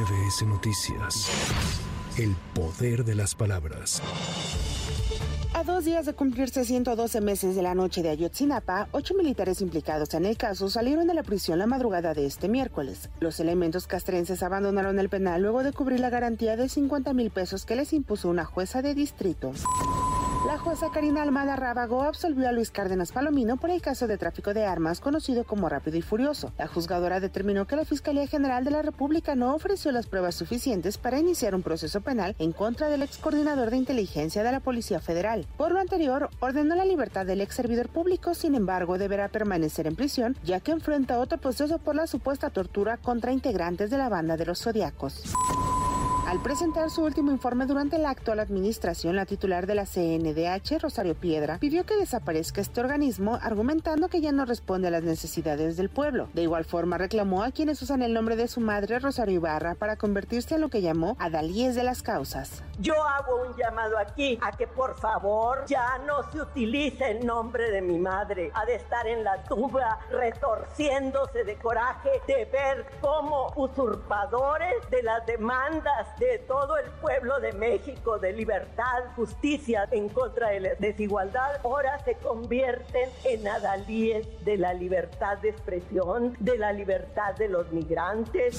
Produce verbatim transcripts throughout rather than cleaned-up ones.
M B S Noticias. El poder de las palabras. A dos días de cumplirse ciento doce meses de la noche de Ayotzinapa, ocho militares implicados en el caso salieron de la prisión la madrugada de este miércoles. Los elementos castrenses abandonaron el penal luego de cubrir la garantía de cincuenta mil pesos que les impuso una jueza de distrito. La jueza Karina Almada Rábago absolvió a Luis Cárdenas Palomino por el caso de tráfico de armas conocido como Rápido y Furioso. La juzgadora determinó que la Fiscalía General de la República no ofreció las pruebas suficientes para iniciar un proceso penal en contra del ex coordinador de inteligencia de la Policía Federal. Por lo anterior, ordenó la libertad del ex servidor público, sin embargo, deberá permanecer en prisión, ya que enfrenta otro proceso por la supuesta tortura contra integrantes de la banda de los Zodiacos. Al presentar su último informe durante la actual administración, la titular de la C N D H, Rosario Piedra, pidió que desaparezca este organismo, argumentando que ya no responde a las necesidades del pueblo. De igual forma, reclamó a quienes usan el nombre de su madre, Rosario Ibarra, para convertirse en lo que llamó adalíes de las causas. Yo hago un llamado aquí a que por favor ya no se utilice el nombre de mi madre. Ha de estar en la tumba retorciéndose de coraje de ver cómo usurpadores de las demandas de todo el pueblo de México, de libertad, justicia en contra de la desigualdad, ahora se convierten en adalíes de la libertad de expresión, de la libertad de los migrantes.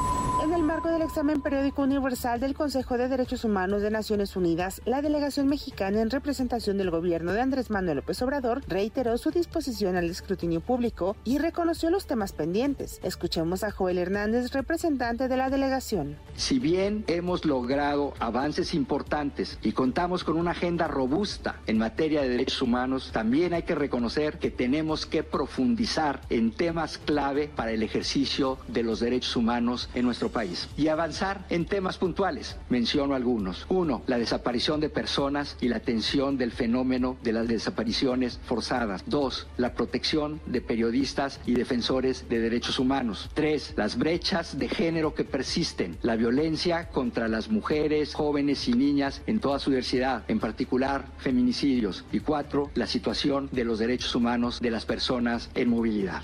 En el marco del examen periódico universal del Consejo de Derechos Humanos de Naciones Unidas, la delegación mexicana en representación del gobierno de Andrés Manuel López Obrador reiteró su disposición al escrutinio público y reconoció los temas pendientes. Escuchemos a Joel Hernández, representante de la delegación. Si bien hemos logrado avances importantes y contamos con una agenda robusta en materia de derechos humanos, también hay que reconocer que tenemos que profundizar en temas clave para el ejercicio de los derechos humanos en nuestro país y avanzar en temas puntuales. Menciono algunos. Uno, la desaparición de personas y la atención del fenómeno de las desapariciones forzadas. Dos, la protección de periodistas y defensores de derechos humanos. Tres, las brechas de género que persisten. La violencia contra las mujeres, jóvenes y niñas en toda su diversidad, en particular feminicidios. Y cuatro, la situación de los derechos humanos de las personas en movilidad.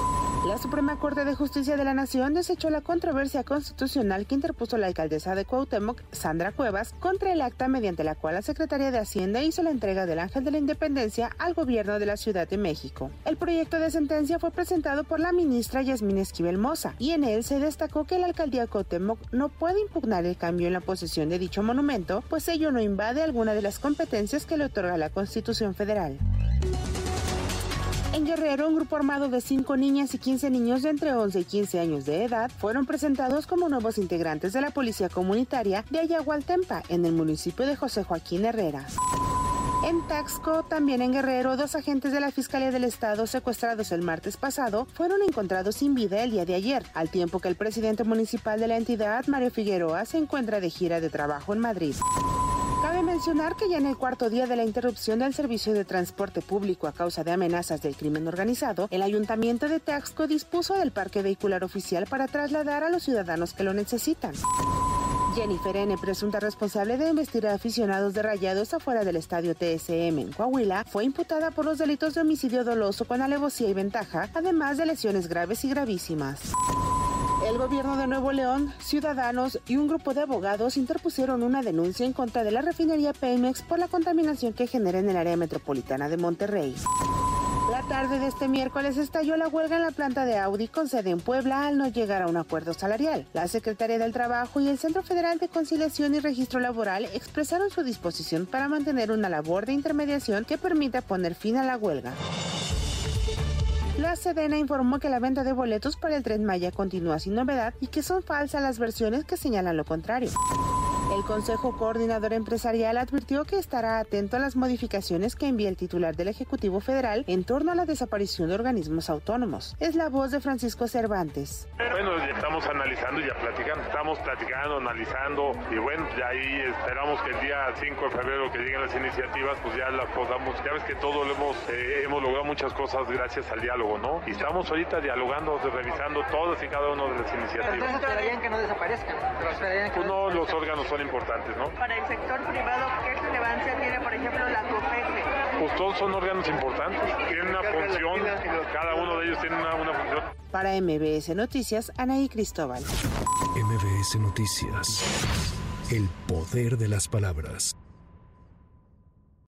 La Suprema Corte de Justicia de la Nación desechó la controversia constitucional que interpuso la alcaldesa de Cuauhtémoc, Sandra Cuevas, contra el acta mediante la cual la Secretaría de Hacienda hizo la entrega del Ángel de la Independencia al gobierno de la Ciudad de México. El proyecto de sentencia fue presentado por la ministra Yasmín Esquivel Moza y en él se destacó que la alcaldía de Cuauhtémoc no puede impugnar el cambio en la posesión de dicho monumento, pues ello no invade alguna de las competencias que le otorga la Constitución Federal. En Guerrero, un grupo armado de cinco niñas y quince niños de entre once y quince años de edad fueron presentados como nuevos integrantes de la Policía Comunitaria de Ayahualtempa, en el municipio de José Joaquín Herrera. En Taxco, también en Guerrero, dos agentes de la Fiscalía del Estado secuestrados el martes pasado fueron encontrados sin vida el día de ayer, al tiempo que el presidente municipal de la entidad, Mario Figueroa, se encuentra de gira de trabajo en Madrid. Cabe mencionar que ya en el cuarto día de la interrupción del servicio de transporte público a causa de amenazas del crimen organizado, el Ayuntamiento de Taxco dispuso del parque vehicular oficial para trasladar a los ciudadanos que lo necesitan. Jennifer N., presunta responsable de investir a aficionados de Rayados afuera del estadio T S M en Coahuila, fue imputada por los delitos de homicidio doloso con alevosía y ventaja, además de lesiones graves y gravísimas. El gobierno de Nuevo León, ciudadanos y un grupo de abogados interpusieron una denuncia en contra de la refinería Pemex por la contaminación que genera en el área metropolitana de Monterrey. La tarde de este miércoles estalló la huelga en la planta de Audi con sede en Puebla al no llegar a un acuerdo salarial. La Secretaría del Trabajo y el Centro Federal de Conciliación y Registro Laboral expresaron su disposición para mantener una labor de intermediación que permita poner fin a la huelga. La Sedena informó que la venta de boletos para el Tren Maya continúa sin novedad y que son falsas las versiones que señalan lo contrario. El Consejo Coordinador Empresarial advirtió que estará atento a las modificaciones que envía el titular del Ejecutivo Federal en torno a la desaparición de organismos autónomos. Es la voz de Francisco Cervantes. Bueno, ya estamos analizando y ya platicando, estamos platicando, analizando y bueno, de ahí esperamos que el día cinco de febrero que lleguen las iniciativas, pues ya las podamos, ya ves que todo lo hemos, eh, hemos logrado muchas cosas gracias al diálogo, ¿no? Y estamos ahorita dialogando, revisando todas y cada una de las iniciativas. ¿Pero entonces esperarían que no desaparezcan? ¿Esperarían que pues no, los órganos son son importantes, ¿no? Para el sector privado, ¿qué relevancia tiene, por ejemplo, la COFESE? Pues todos son órganos importantes, tienen una función, cada uno de ellos tiene una, una función. Para M B S Noticias, Anaí Cristóbal. M B S Noticias. El poder de las palabras.